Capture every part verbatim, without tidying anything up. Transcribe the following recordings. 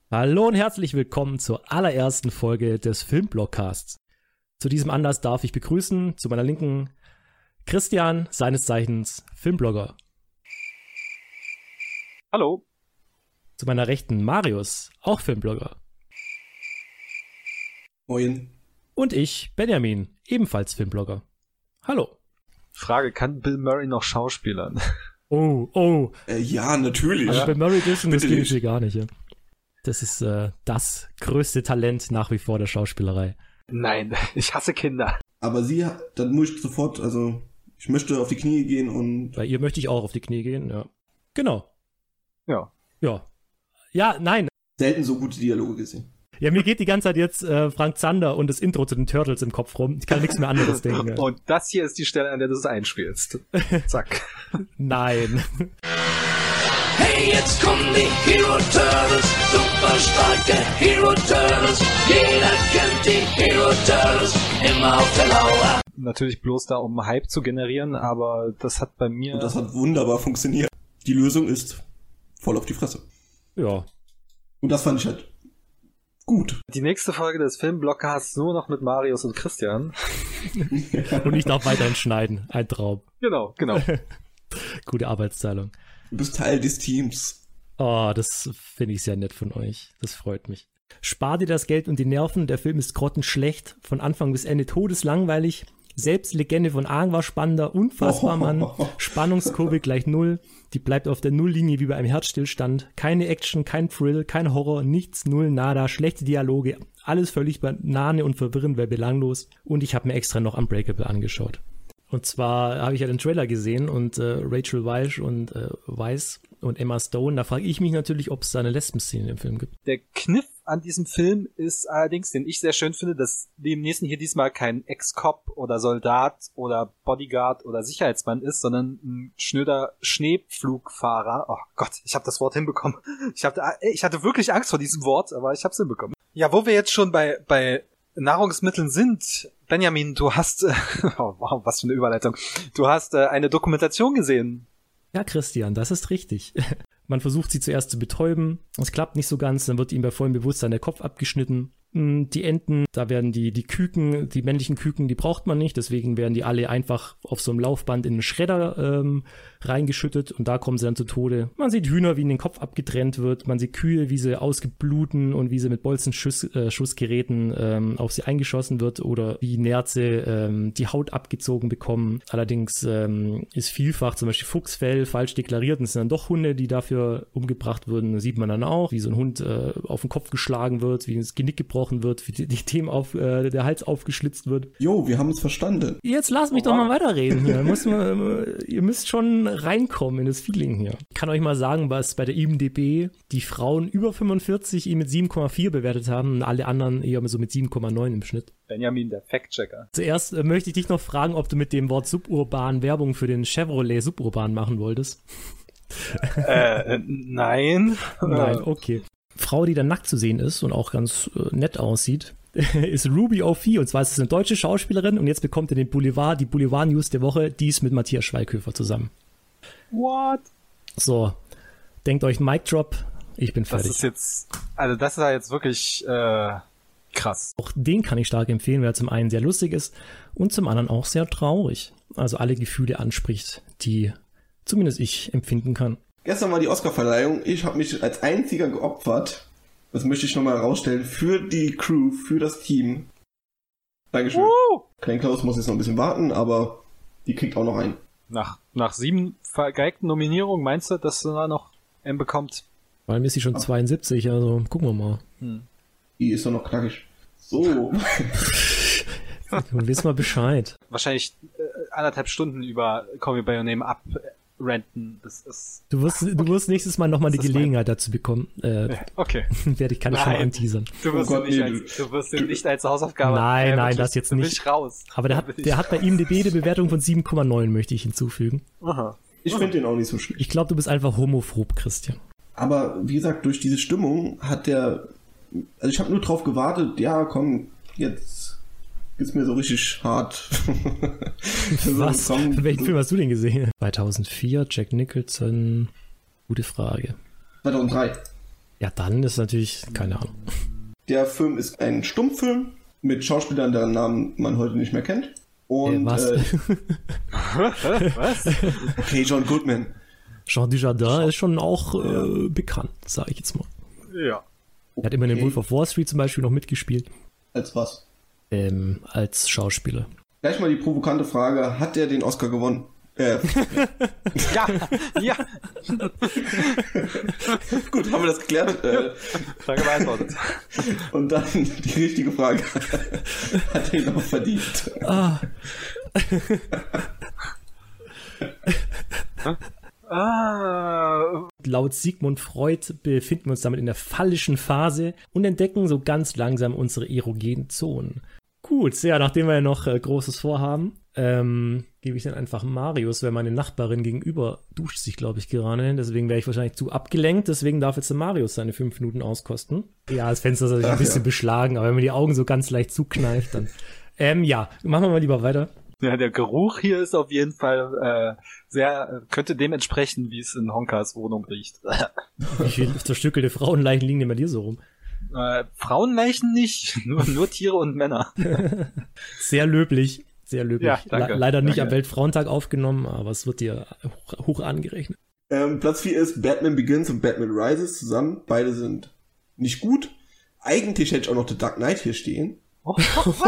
Hallo und herzlich willkommen zur allerersten Folge des Filmblogcasts. Zu diesem Anlass darf ich begrüßen, zu meiner Linken, Christian, seines Zeichens Filmblogger. Hallo. Zu meiner Rechten, Marius, auch Filmblogger. Moin. Und ich, Benjamin, ebenfalls Filmblogger. Hallo. Frage, kann Bill Murray noch schauspielern? Oh, oh. Äh, ja, natürlich. Also Bill Murray Edition, das Bitte geht nicht. hier gar nicht. Ja. Das ist äh, das größte Talent nach wie vor der Schauspielerei. Nein, ich hasse Kinder. Aber sie, dann muss ich sofort, also ich möchte auf die Knie gehen und... Bei ihr möchte ich auch auf die Knie gehen, ja. Genau. Ja. Ja. Ja, nein. Selten so gute Dialoge gesehen. Ja, mir geht die ganze Zeit jetzt äh, Frank Zander und das Intro zu den Turtles im Kopf rum. Ich kann nichts mehr anderes denken. Ja. Und das hier ist die Stelle, an der du es einspielst. Zack. Nein. Hey, jetzt kommen die Hero Turtles, super starke Hero Turtles. Jeder kennt die Hero Turtles, immer auf der Lauer. Natürlich bloß da, um Hype zu generieren, aber das hat bei mir... Und das hat wunderbar funktioniert. Die Lösung ist voll auf die Fresse. Ja. Und das fand ich halt gut. Die nächste Folge des Filmblockcasts nur noch mit Marius und Christian. Und ich darf weiterhin schneiden. Ein Traum. Genau, genau. Gute Arbeitsteilung. Du bist Teil des Teams. Oh, das finde ich sehr nett von euch. Das freut mich. Spar dir das Geld und die Nerven. Der Film ist grottenschlecht. Von Anfang bis Ende todeslangweilig. Selbst Legende von Aang war spannender. Unfassbar, Mann. Spannungskurve gleich null. Die bleibt auf der Nulllinie wie bei einem Herzstillstand. Keine Action, kein Thrill, kein Horror, nichts, null, nada. Schlechte Dialoge. Alles völlig banane und verwirrend, weil belanglos. Und ich habe mir extra noch Unbreakable angeschaut. Und zwar habe ich ja den Trailer gesehen und äh, Rachel Weisz und äh, Weisz und Emma Stone, da frage ich mich natürlich, ob es da eine Lesben-Szene im Film gibt. Der Kniff an diesem Film ist allerdings, den ich sehr schön finde, dass dem nächsten hier diesmal kein Ex-Cop oder Soldat oder Bodyguard oder Sicherheitsmann ist, sondern ein schnöder Schneepflugfahrer. Oh Gott, ich habe das Wort hinbekommen. Ich hatte, ich hatte wirklich Angst vor diesem Wort, aber ich habe es hinbekommen. Ja, wo wir jetzt schon bei bei Nahrungsmitteln sind, Benjamin, du hast, äh, oh, wow, was für eine Überleitung, du hast äh, eine Dokumentation gesehen. Ja, Christian, das ist richtig. Man versucht sie zuerst zu betäuben, es klappt nicht so ganz, dann wird ihm bei vollem Bewusstsein der Kopf abgeschnitten. Die Enten, da werden die, die Küken, die männlichen Küken, die braucht man nicht, deswegen werden die alle einfach auf so einem Laufband in den Schredder ähm, reingeschüttet und da kommen sie dann zu Tode. Man sieht Hühner, wie ihnen den Kopf abgetrennt wird, man sieht Kühe, wie sie ausgebluten und wie sie mit Bolzenschussgeräten äh, ähm, auf sie eingeschossen wird oder wie Nerze ähm, die Haut abgezogen bekommen. Allerdings ähm, ist vielfach zum Beispiel Fuchsfell falsch deklariert und es sind dann doch Hunde, die dafür umgebracht würden. Da sieht man dann auch, wie so ein Hund äh, auf den Kopf geschlagen wird, wie das Genick gebrochen wird, wie die, die Themen auf, äh, der Hals aufgeschlitzt wird. Jo, wir haben es verstanden. Jetzt lasst mich doch mal weiterreden hier. Muss man, ihr müsst schon reinkommen in das Feeling hier. Ich kann euch mal sagen, was bei der I M D B die Frauen über fünfundvierzig ihn mit sieben Komma vier bewertet haben und alle anderen eher so mit sieben Komma neun im Schnitt. Benjamin, der Fact-Checker. Zuerst äh, möchte ich dich noch fragen, ob du mit dem Wort Suburban Werbung für den Chevrolet Suburban machen wolltest. äh, nein. Nein, okay. Frau, die dann nackt zu sehen ist und auch ganz äh, nett aussieht, ist Ruby O'Fee. Und zwar ist es eine deutsche Schauspielerin und jetzt bekommt ihr den Boulevard, die Boulevard-News der Woche, die ist mit Matthias Schweighöfer zusammen. What? So, denkt euch Mic Drop, ich bin fertig. Das ist jetzt, also das ist ja jetzt wirklich äh, krass. Auch den kann ich stark empfehlen, weil er zum einen sehr lustig ist und zum anderen auch sehr traurig. Also alle Gefühle anspricht, die zumindest ich empfinden kann. Gestern war die Oscarverleihung. Ich habe mich als einziger geopfert. Das möchte ich nochmal herausstellen. Für die Crew, für das Team. Dankeschön. Uh! Klein Klaus muss jetzt noch ein bisschen warten, aber die kriegt auch noch einen. Nach, nach sieben vergeigten Nominierungen meinst du, dass du da noch einen bekommt? Vor allem ist sie schon Ah. zweiundsiebzig, also gucken wir mal. Hm. Die ist doch noch knackig. So. Wissen wir Bescheid. Wahrscheinlich äh, anderthalb Stunden über Call Me By Your Name abrenten. Das ist... Du wirst, du wirst nächstes Mal nochmal die Das ist Gelegenheit dazu bekommen. Äh, Okay. werde ich, kann ich schon mal Nein. anteasern. Du wirst, Oh Gott, ihn nicht nee, als, du wirst ihn nicht als Hausaufgabe... Nein, Ja, nein, wirklich, das jetzt da bin nicht. ich raus. Aber der Da hat, bin ich der hat bei I M D B eine Bewertung von sieben Komma neun, möchte ich hinzufügen. Aha. Ich finde den auch nicht so schlecht. Ich glaube, du bist einfach homophob, Christian. Aber wie gesagt, durch diese Stimmung hat der... Also ich habe nur drauf gewartet, ja komm, jetzt geht's mir so richtig hart. Was? So ein Song- Welchen Film hast du denn gesehen? zweitausendvier, Jack Nicholson. Gute Frage. zweitausenddrei. Ja, dann ist natürlich, keine Ahnung. Der Film ist ein Stummfilm mit Schauspielern, deren Namen man heute nicht mehr kennt. Und, äh, was? Äh, Was? okay, John Goodman. Jean Dujardin ist schon auch äh, bekannt, sage ich jetzt mal. Ja. Er hat immer in den Okay. Wolf of Wall Street zum Beispiel noch mitgespielt. Als was? Ähm, als Schauspieler. Gleich mal die provokante Frage, hat er den Oscar gewonnen? Äh, Ja, ja. gut, haben wir das geklärt. Äh, Frage beantwortet. und dann die richtige Frage, hat er ihn auch verdient? Ah, Ah, laut Sigmund Freud befinden wir uns damit in der phallischen Phase und entdecken so ganz langsam unsere erogenen Zonen. Gut, ja, nachdem wir ja noch äh, Großes vorhaben, ähm, gebe ich dann einfach Marius, weil meine Nachbarin gegenüber duscht sich, glaube ich, gerade. Deswegen wäre ich wahrscheinlich zu abgelenkt. Deswegen darf jetzt der Marius seine fünf Minuten auskosten. Ja, das Fenster ist natürlich ein Ach, bisschen ja. beschlagen, aber wenn man die Augen so ganz leicht zukneift, dann... ähm, ja, machen wir mal lieber weiter. ja, der Geruch hier ist auf jeden Fall äh, sehr, könnte dem entsprechen, wie es in Honkas Wohnung riecht. Wie viele zerstückelte Frauenleichen liegen denn bei dir so rum? äh, Frauenleichen nicht, nur, nur Tiere und Männer. Sehr löblich, sehr löblich. Ja, danke, Le leider nicht danke. am Weltfrauentag aufgenommen, aber es wird dir hoch, hoch angerechnet. Ähm, Platz vier ist Batman Begins und Batman Rises zusammen. Beide sind nicht gut. Eigentlich hätte ich auch noch The Dark Knight hier stehen. Oh,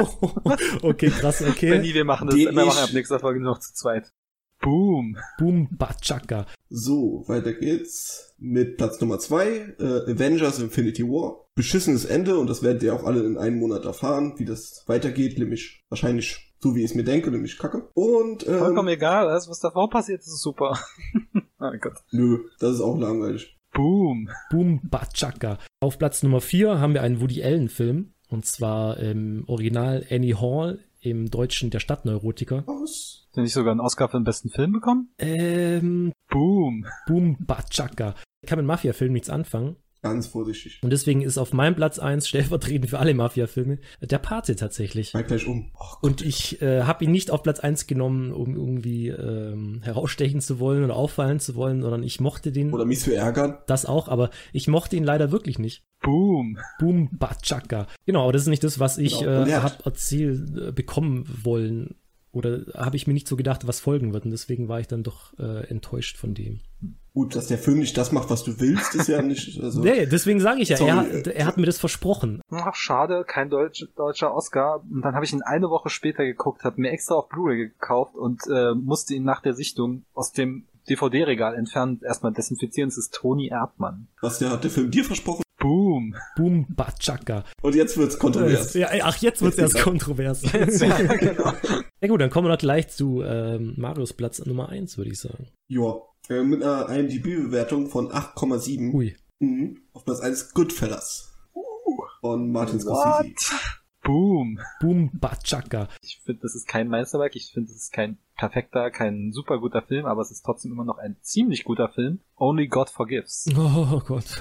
Okay, krass, okay. Benni, wir machen das, Die wir machen ich- ab nächster Folge nur noch zu zweit. Boom. Boom, Bachaka. So, weiter geht's mit Platz Nummer zwei, äh, Avengers Infinity War. Beschissenes Ende und das werdet ihr auch alle in einem Monat erfahren, wie das weitergeht, nämlich wahrscheinlich so, wie ich es mir denke, nämlich kacke. Und, Vollkommen ähm, egal, alles, was davor passiert, ist super. Oh mein Gott. nö, das ist auch langweilig. Boom. Boom, Bachaka. Auf Platz Nummer vier haben wir einen Woody Allen-Film. Und zwar im Original Annie Hall, im Deutschen Der Stadtneurotiker. Was? Hat er nicht sogar einen Oscar für den besten Film bekommen? Ähm, Boom. Boom, Bachaka. Ich kann mit Mafia-Filmen nichts anfangen. Ganz vorsichtig. Und deswegen ist auf meinem Platz eins stellvertretend für alle Mafia-Filme der Pate tatsächlich. Fall gleich um. Oh Gott. Und ich äh, habe ihn nicht auf Platz eins genommen, um irgendwie ähm, herausstechen zu wollen oder auffallen zu wollen, sondern ich mochte den, Oder mich zu ärgern. das auch, aber ich mochte ihn leider wirklich nicht. Boom. Boom, Bachaka. Genau, aber das ist nicht das, was ich Genau. Und äh, er habe hat- erzählt äh, bekommen wollen. Oder habe ich mir nicht so gedacht, was folgen wird. Und deswegen war ich dann doch äh, enttäuscht von dem. Gut, dass der Film nicht das macht, was du willst, ist ja nicht, also. Nee, deswegen sage ich ja, Sorry, er, hat- äh, er hat mir das versprochen. Ach, schade, kein Deutsch, deutscher Oscar. Und dann habe ich ihn eine Woche später geguckt, habe mir extra auf Blu-ray gekauft und äh, musste ihn nach der Sichtung aus dem D V D-Regal entfernen und erstmal desinfizieren. Es ist Toni Erdmann. Was der hat der Film dir versprochen? Boom. Boom, Bachaka. Und jetzt wird's kontrovers. Ja, ach, jetzt wird's erst Ja. kontrovers. Ja, genau. Ja gut, dann kommen wir doch gleich zu ähm, Marius Platz Nummer eins, würde ich sagen. Ja. Äh, mit einer I M D B-Bewertung von acht Komma sieben. Ui. Mhm. Auf Platz eins Goodfellas. Von Martin What? Scorsese. Boom. Boom, Bachaka. Ich finde, das ist kein Meisterwerk. Ich finde, das ist kein perfekter, kein super guter Film, aber es ist trotzdem immer noch ein ziemlich guter Film. Only God Forgives. Oh Gott.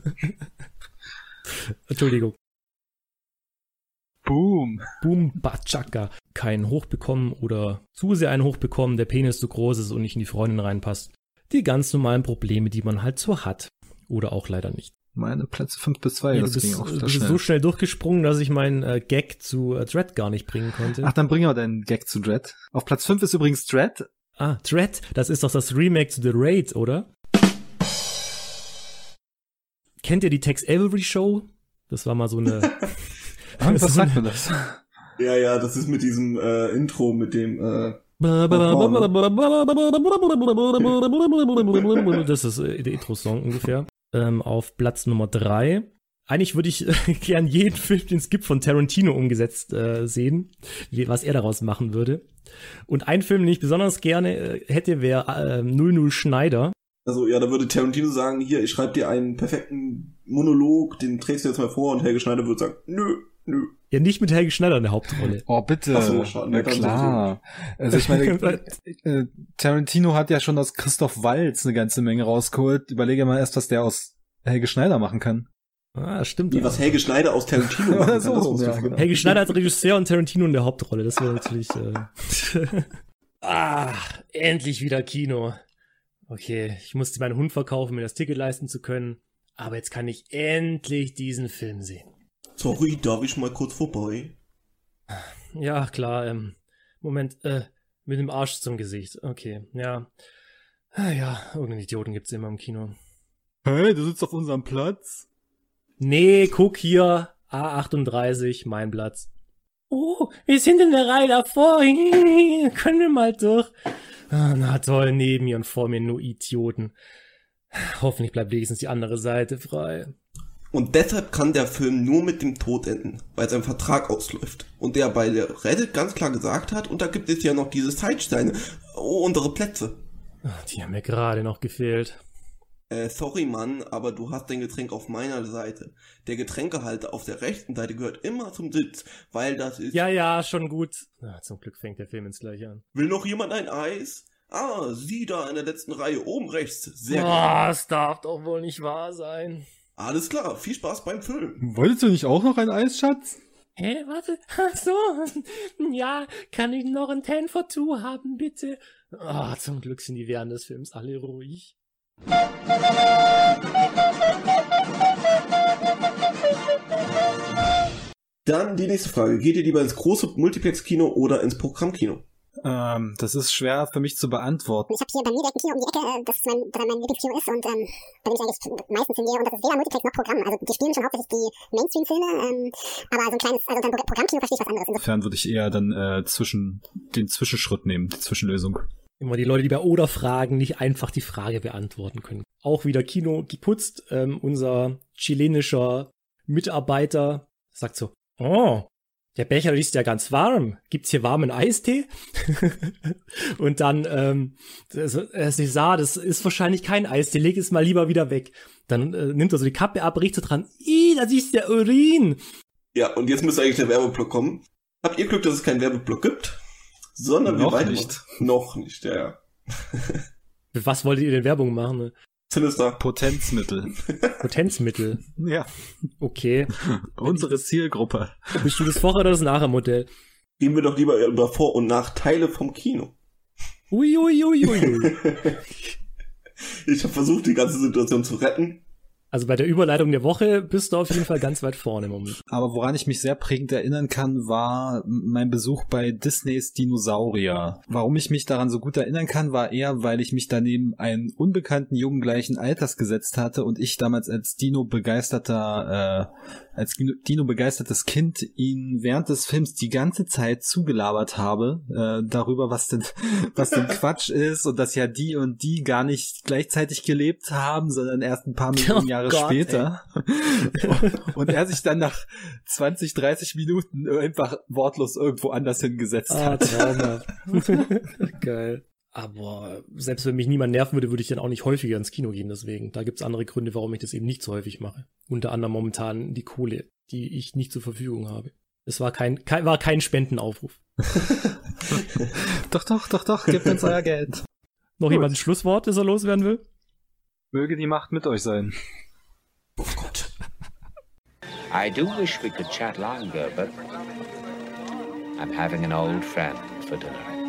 Entschuldigung. Boom. Boom, Bachaka. Kein Hoch bekommen oder zu sehr einen Hoch bekommen, der Penis zu groß ist und nicht in die Freundin reinpasst. Die ganz normalen Probleme, die man halt so hat. Oder auch leider nicht. Meine Plätze fünf bis zwei, Ja, das du ging bist, auch du sehr bist schnell. so schnell durchgesprungen, dass ich meinen äh, Gag zu äh, Dread gar nicht bringen konnte. Ach, dann bringen wir deinen Gag zu Dread. Auf Platz fünf ist übrigens Dread. Ah, Dread, das ist doch das Remake zu The Raid, oder? Kennt ihr die Tex Avery Show? Das war mal so eine... Was so sagt eine- mir das? Ja, ja, das ist mit diesem äh, Intro, mit dem, äh, Das ist äh, der Intro-Song ungefähr. Ähm, auf Platz Nummer drei. Eigentlich würde ich äh, gern jeden Film, den es gibt, von Tarantino umgesetzt äh, sehen, wie, was er daraus machen würde. Und ein Film, den ich besonders gerne äh, hätte, wäre äh, null null Schneider. also ja, da würde Tarantino sagen, hier, ich schreibe dir einen perfekten Monolog, den trägst du jetzt mal vor, und Helge Schneider würde sagen, nö, nö. Ja, nicht mit Helge Schneider in der Hauptrolle. Oh, bitte. Ach so, schade. Na Dann klar. Also ich meine, äh, Tarantino hat ja schon aus Christoph Waltz eine ganze Menge rausgeholt. Überlege mal erst, was der aus Helge Schneider machen kann. Ah, stimmt. Wie, was Helge Schneider aus Tarantino machen kann, So, das musst du ja, fragen. genau. Helge Schneider als Regisseur und Tarantino in der Hauptrolle. Das wäre natürlich... Äh ah, endlich wieder Kino. Okay, ich musste meinen Hund verkaufen, mir das Ticket leisten zu können. Aber jetzt kann ich endlich diesen Film sehen. Sorry, darf ich mal kurz vorbei? Ja, klar, ähm, Moment, äh, mit dem Arsch zum Gesicht. Okay, ja. Ah, ja, irgendeinen Idioten gibt's immer im Kino. Hey, du sitzt auf unserem Platz? Nee, guck hier, A achtunddreißig, mein Platz. Oh, wir sind in der Reihe davor. Können wir mal durch? Ah, na toll, neben mir und vor mir nur Idioten. Hoffentlich bleibt wenigstens die andere Seite frei. Und deshalb kann der Film nur mit dem Tod enden, weil sein Vertrag ausläuft. Und der bei der Reddit ganz klar gesagt hat, und da gibt es ja noch diese Sidesteine, oh, unsere Plätze. Ach, die haben mir gerade noch gefehlt. Äh, sorry Mann, aber du hast dein Getränk auf meiner Seite. Der Getränkehalter auf der rechten Seite gehört immer zum Sitz, weil das ist... Ja, ja, schon gut. Ah, zum Glück fängt der Film jetzt gleich an. Will noch jemand ein Eis? Ah, sie da in der letzten Reihe, oben rechts. Sehr Oh, gut. das darf doch wohl nicht wahr sein. Alles klar, viel Spaß beim Film. Wolltest du nicht auch noch ein Eis, Schatz? Hä, warte, ach so. Ja, kann ich noch ein Ten for Two haben, bitte? Ah, zum Glück sind die während des Films alle ruhig. Dann die nächste Frage. Geht ihr lieber ins große Multiplex-Kino oder ins Programmkino? Ähm, das ist schwer für mich zu beantworten. Ich habe hier bei mir direkt ein Kino um die Ecke, das mein, das mein Lieblingskino ist und ähm, bei dem ich eigentlich meistens hingehe und das ist weder Multiplex noch Programm. Also die spielen schon hauptsächlich die Mainstream-Filme, ähm, aber so ein kleines, also dann Programmkino verstehe ich was anderes. Insofern würde ich eher dann äh, zwischen den Zwischenschritt nehmen, die Zwischenlösung. Immer die Leute, die bei Oder fragen, nicht einfach die Frage beantworten können. Auch wieder Kino geputzt. Ähm, unser chilenischer Mitarbeiter sagt so, oh, der Becher ist ja ganz warm. Gibt's hier warmen Eistee? Und dann, ähm, das, das ich sah, das ist wahrscheinlich kein Eistee. Leg es mal lieber wieder weg. Dann äh, nimmt er so die Kappe ab, riecht so dran. Ih, das ist der Urin. Ja, und jetzt müsste eigentlich der Werbeblock kommen. Habt ihr Glück, dass es keinen Werbeblock gibt? Sondern Noch wir weiter nicht. Noch nicht, ja, ja. Für was wolltet ihr denn Werbung machen? Ne? Sinister. Potenzmittel. Potenzmittel. Ja, Okay. unsere Zielgruppe. Bist du das Vorher- oder das Nachher-Modell? Reden wir doch lieber über Vor- und Nachteile vom Kino. Ui, ui, ui, ui, ui. Ich habe versucht, die ganze Situation zu retten. Also bei der Überleitung der Woche bist du auf jeden Fall ganz weit vorne im Moment. Aber woran ich mich sehr prägend erinnern kann, war mein Besuch bei Disneys Dinosaurier. Warum ich mich daran so gut erinnern kann, war eher, weil ich mich daneben einen unbekannten Jungen gleichen Alters gesetzt hatte und ich damals als Dino-begeisterter, äh, als Dino-begeistertes Kind ihn während des Films die ganze Zeit zugelabert habe, äh, darüber, was denn, was denn Quatsch ist und dass ja die und die gar nicht gleichzeitig gelebt haben, sondern erst ein paar Millionen Jahre Oh Gott, später. Und er sich dann nach zwanzig, dreißig Minuten einfach wortlos irgendwo anders hingesetzt Ah, hat. traumhaft. Geil. Aber selbst wenn mich niemand nerven würde, würde ich dann auch nicht häufiger ins Kino gehen. Deswegen, da gibt's andere Gründe, warum ich das eben nicht so häufig mache. Unter anderem momentan die Kohle, die ich nicht zur Verfügung habe. Es war kein, kein, war kein Spendenaufruf. Doch, doch, doch, doch, gebt uns euer Geld. Noch Gut. jemand ein Schlusswort, das er loswerden will? Möge die Macht mit euch sein. Oh Gott. I do wish we could chat longer, but I'm having an old friend for dinner.